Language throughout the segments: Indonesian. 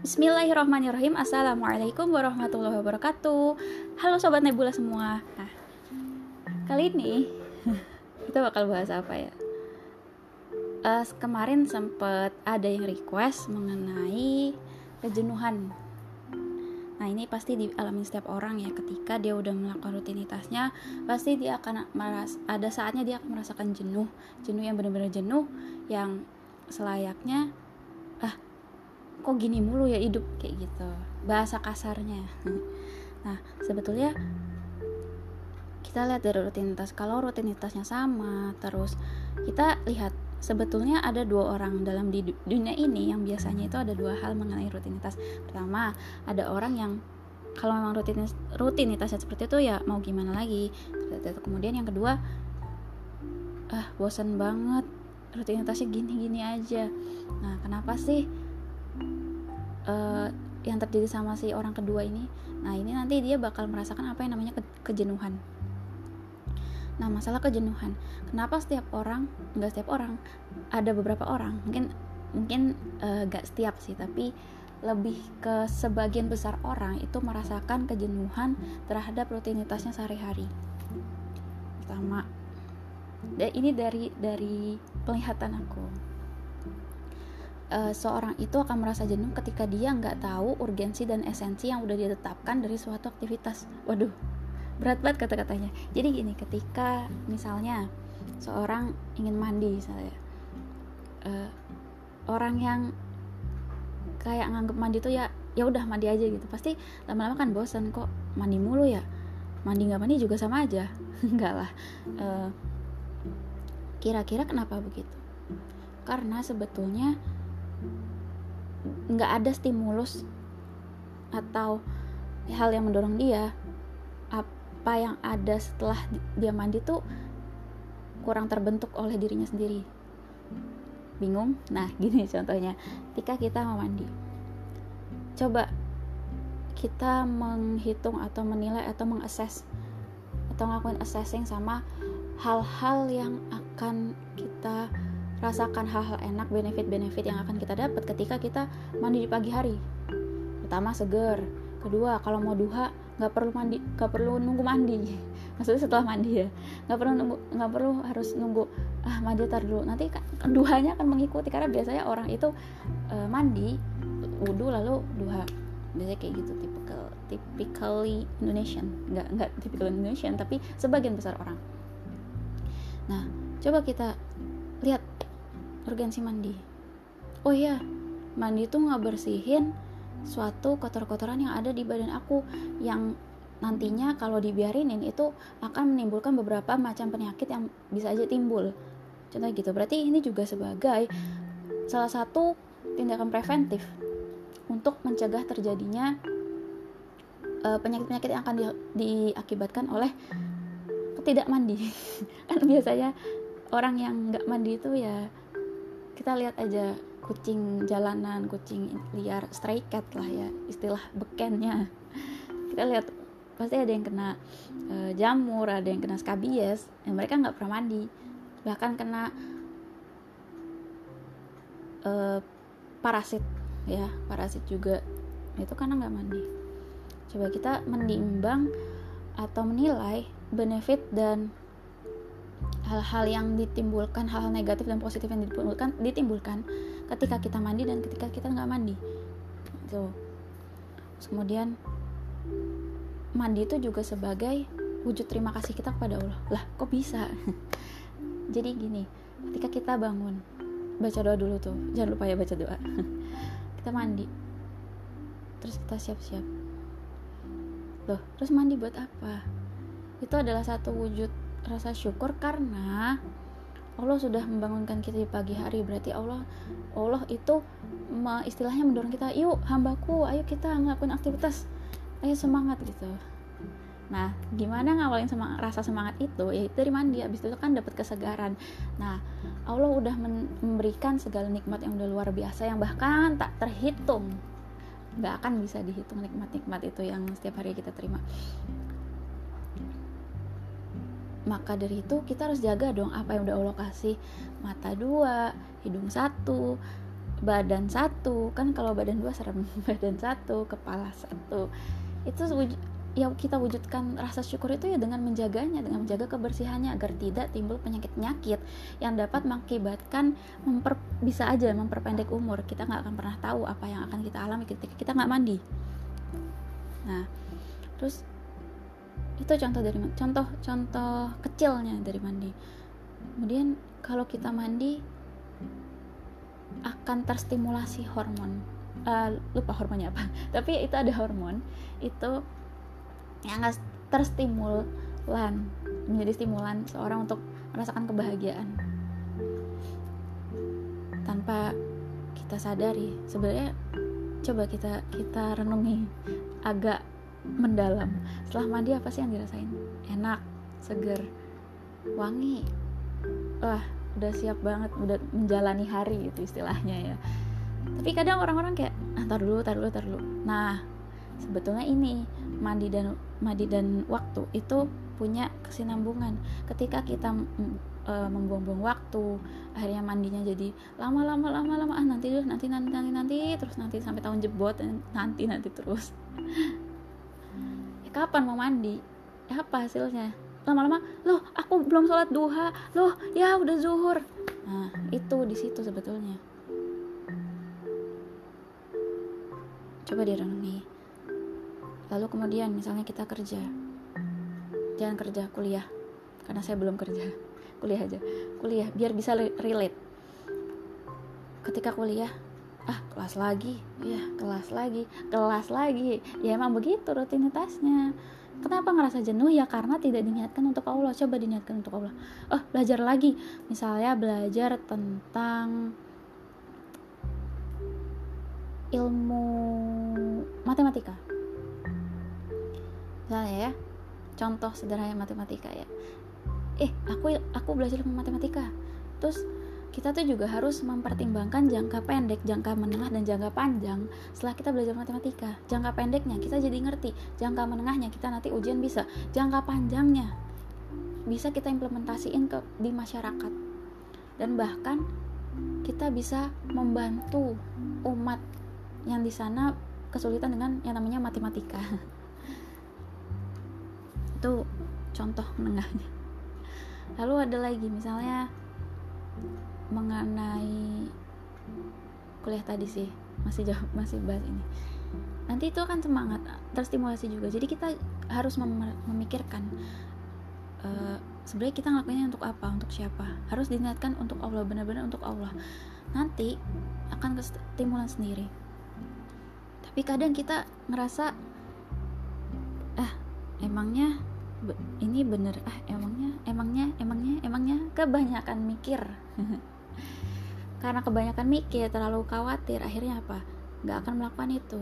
Bismillahirrahmanirrahim. Assalamualaikum warahmatullahi wabarakatuh. Halo Sobat Nebula semua. Nah, kali ini kita bakal bahas apa ya? Kemarin sempet ada yang request mengenai kejenuhan. Nah, ini pasti dialami setiap orang ya. Ketika dia udah melakukan rutinitasnya, pasti dia akan ada saatnya dia akan merasakan jenuh yang benar-benar jenuh, yang selayaknya kok gini mulu ya hidup, kayak gitu bahasa kasarnya. Nah, sebetulnya kita lihat dari rutinitas. Kalau rutinitasnya sama, terus kita lihat sebetulnya ada dua orang dalam di dunia ini yang biasanya itu ada dua hal mengenai rutinitas. Pertama, ada orang yang kalau memang rutinitasnya seperti itu ya mau gimana lagi. Kemudian yang kedua, bosan banget rutinitasnya gini-gini aja. Nah, kenapa sih yang terjadi sama si orang kedua ini? Nah, ini nanti dia bakal merasakan apa yang namanya kejenuhan. Nah, masalah kejenuhan, kenapa nggak setiap orang, ada beberapa orang, mungkin nggak setiap sih, tapi lebih ke sebagian besar orang itu merasakan kejenuhan terhadap rutinitasnya sehari-hari. Pertama, ini dari penglihatan aku, seorang itu akan merasa jenuh ketika dia nggak tahu urgensi dan esensi yang udah dia tetapkan dari suatu aktivitas. Waduh, berat banget kata-katanya. Jadi gini, ketika misalnya seorang ingin mandi misalnya, orang yang kayak nganggep mandi tuh ya udah mandi aja gitu, pasti lama-lama kan bosan, kok mandi mulu ya, mandi nggak mandi juga sama aja. Enggak lah. Kira-kira kenapa begitu? Karena sebetulnya nggak ada stimulus atau hal yang mendorong dia. Apa yang ada setelah dia mandi tuh kurang terbentuk oleh dirinya sendiri. Bingung? Nah, gini contohnya, ketika kita mau mandi, coba kita menghitung atau menilai atau mengakses atau ngelakuin assessing sama hal-hal yang akan kita rasakan, hal-hal enak, benefit-benefit yang akan kita dapat ketika kita mandi di pagi hari. Pertama, seger. Kedua, kalau mau duha nggak perlu nunggu mandi. Maksudnya setelah mandi ya, nggak perlu harus nunggu mandi tar dulu, nanti duhanya akan mengikuti, karena biasanya orang itu mandi, wudu lalu duha, biasanya kayak gitu, typically Indonesian, nggak typical Indonesian, tapi sebagian besar orang. Nah, coba kita lihat urgensi mandi. Oh iya, mandi itu ngebersihin suatu kotor-kotoran yang ada di badan aku, yang nantinya kalau dibiarinin itu akan menimbulkan beberapa macam penyakit yang bisa aja timbul. Contohnya gitu. Berarti ini juga sebagai salah satu tindakan preventif untuk mencegah terjadinya penyakit-penyakit yang akan diakibatkan oleh tidak mandi. Kan biasanya orang yang nggak mandi itu ya, kita lihat aja kucing jalanan, kucing liar, stray cat lah ya istilah bekennya. Kita lihat pasti ada yang kena jamur, ada yang kena skabies, yang mereka nggak pernah mandi, bahkan kena parasit juga, itu karena nggak mandi. Coba kita menimbang atau menilai benefit dan hal-hal yang ditimbulkan, hal-hal negatif dan positif yang ditimbulkan ketika kita mandi dan ketika kita nggak mandi. Terus kemudian mandi itu juga sebagai wujud terima kasih kita kepada Allah. Lah, kok bisa? Jadi gini, ketika kita bangun, baca doa dulu tuh, jangan lupa ya baca doa. Kita mandi, terus kita siap-siap. Loh, terus mandi buat apa? Itu adalah satu wujud rasa syukur karena Allah sudah membangunkan kita di pagi hari. Berarti Allah itu istilahnya mendorong kita, yuk hambaku, ayo kita ngelakuin aktivitas, ayo semangat gitu. Nah, gimana ngawalin rasa semangat itu? Ya dari mandi. Habis itu kan dapat kesegaran. Nah, Allah udah memberikan segala nikmat yang udah luar biasa, yang bahkan tak terhitung, nggak akan bisa dihitung nikmat-nikmat itu yang setiap hari kita terima. Maka dari itu kita harus jaga dong apa yang udah Allah kasih. Mata 2, hidung 1, badan satu, kan kalau badan dua serem, badan satu, kepala satu. Itu ya kita wujudkan rasa syukur itu ya dengan menjaganya, dengan menjaga kebersihannya agar tidak timbul penyakit-penyakit yang dapat mengakibatkan bisa aja memperpendek umur. Kita nggak akan pernah tahu apa yang akan kita alami ketika kita nggak mandi. Nah, terus itu contoh kecilnya dari mandi. Kemudian kalau kita mandi akan terstimulasi hormon, lupa hormonnya apa, tapi itu ada hormon itu yang menjadi stimulan seorang untuk merasakan kebahagiaan tanpa kita sadari. Sebenarnya coba kita renungi agak mendalam. Setelah mandi apa sih yang dirasain? Enak, seger, wangi. Wah, udah siap banget, udah menjalani hari itu istilahnya ya. Tapi kadang orang-orang kayak tar dulu. Nah, sebetulnya ini mandi dan waktu itu punya kesinambungan. Ketika kita membuang-buang waktu, akhirnya mandinya jadi lama nanti terus nanti sampai tahun jebot, nanti terus. Ya, kapan mau mandi? Ya, apa hasilnya? Lama-lama, loh aku belum sholat duha, loh ya udah zuhur. Nah, itu di situ sebetulnya. Coba direnungi. Lalu kemudian misalnya kita kerja, jangan kerja, kuliah, karena saya belum kerja, kuliah biar bisa relate. Ketika kuliah, kelas lagi, ya emang begitu rutinitasnya. Kenapa ngerasa jenuh? Ya karena tidak diniatkan untuk Allah. Coba diniatkan untuk Allah. Belajar lagi, misalnya belajar tentang ilmu matematika. Misalnya ya, contoh sederhana matematika ya. Aku belajar ilmu matematika. Terus kita tuh juga harus mempertimbangkan jangka pendek, jangka menengah, dan jangka panjang. Setelah kita belajar matematika, jangka pendeknya kita jadi ngerti, jangka menengahnya kita nanti ujian bisa, jangka panjangnya bisa kita implementasiin di masyarakat. Dan bahkan kita bisa membantu umat yang di sana kesulitan dengan yang namanya matematika. Itu contoh menengahnya. Lalu ada lagi misalnya mengenai kuliah tadi sih, masih bahas ini. Nanti itu akan semangat, terstimulasi juga. Jadi kita harus memikirkan sebenarnya kita ngelakuinnya untuk apa, untuk siapa. Harus diniatkan untuk Allah, benar-benar untuk Allah. Nanti akan kestimulan sendiri. Tapi kadang kita ngerasa emangnya ini bener, emangnya kebanyakan mikir. Karena kebanyakan mikir, terlalu khawatir, akhirnya apa? Gak akan melakukan itu.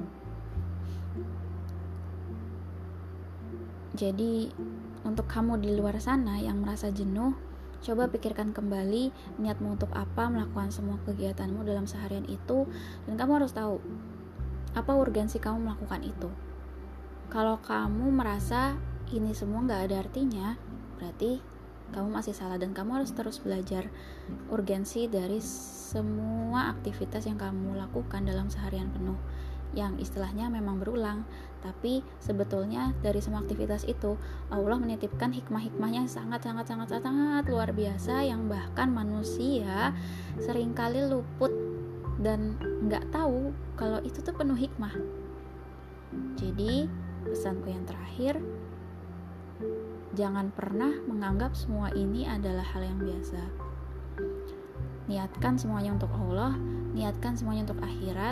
Jadi untuk kamu di luar sana yang merasa jenuh, coba pikirkan kembali niatmu untuk apa melakukan semua kegiatanmu dalam seharian itu. Dan kamu harus tahu apa urgensi kamu melakukan itu. Kalau kamu merasa ini semua gak ada artinya, berarti kamu masih salah. Dan kamu harus terus belajar urgensi dari semua aktivitas yang kamu lakukan dalam seharian penuh, yang istilahnya memang berulang, tapi sebetulnya dari semua aktivitas itu Allah menitipkan hikmah-hikmahnya sangat luar biasa, yang bahkan manusia seringkali luput dan gak tahu kalau itu tuh penuh hikmah. Jadi pesanku yang terakhir, jangan pernah menganggap semua ini adalah hal yang biasa. Niatkan semuanya untuk Allah, niatkan semuanya untuk akhirat.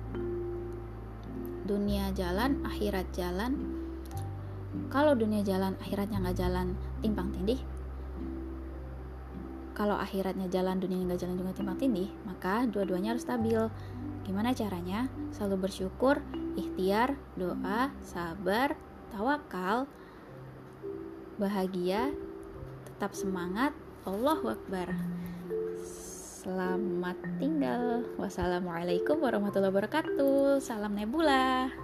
Dunia jalan, akhirat jalan. Kalau dunia jalan, akhiratnya gak jalan, timpang tindih. Kalau akhiratnya jalan, dunianya gak jalan juga timpang tindih, maka dua-duanya harus stabil. Gimana caranya? Selalu bersyukur, ikhtiar, doa, sabar, tawakal, bahagia, tetap semangat. Allahu Akbar. Selamat tinggal. Wassalamualaikum warahmatullahi wabarakatuh. Salam Nebula.